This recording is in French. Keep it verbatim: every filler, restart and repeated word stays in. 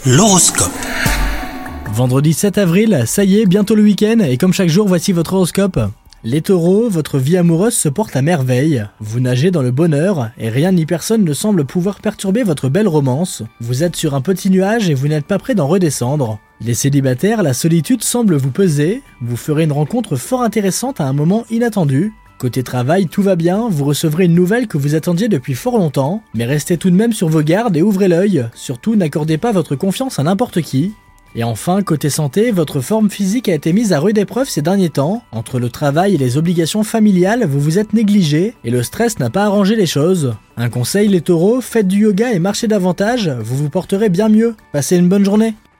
L'horoscope. Vendredi sept avril, ça y est, bientôt le week-end, et comme chaque jour, voici votre horoscope. Les taureaux, votre vie amoureuse se porte à merveille. Vous nagez dans le bonheur, et rien ni personne ne semble pouvoir perturber votre belle romance. Vous êtes sur un petit nuage et vous n'êtes pas prêt d'en redescendre. Les célibataires, la solitude semble vous peser. Vous ferez une rencontre fort intéressante à un moment inattendu. Côté travail, tout va bien, vous recevrez une nouvelle que vous attendiez depuis fort longtemps, mais restez tout de même sur vos gardes et ouvrez l'œil. Surtout, n'accordez pas votre confiance à n'importe qui. Et enfin, côté santé, votre forme physique a été mise à rude épreuve ces derniers temps. Entre le travail et les obligations familiales, vous vous êtes négligé et le stress n'a pas arrangé les choses. Un conseil les taureaux, faites du yoga et marchez davantage, vous vous porterez bien mieux. Passez une bonne journée.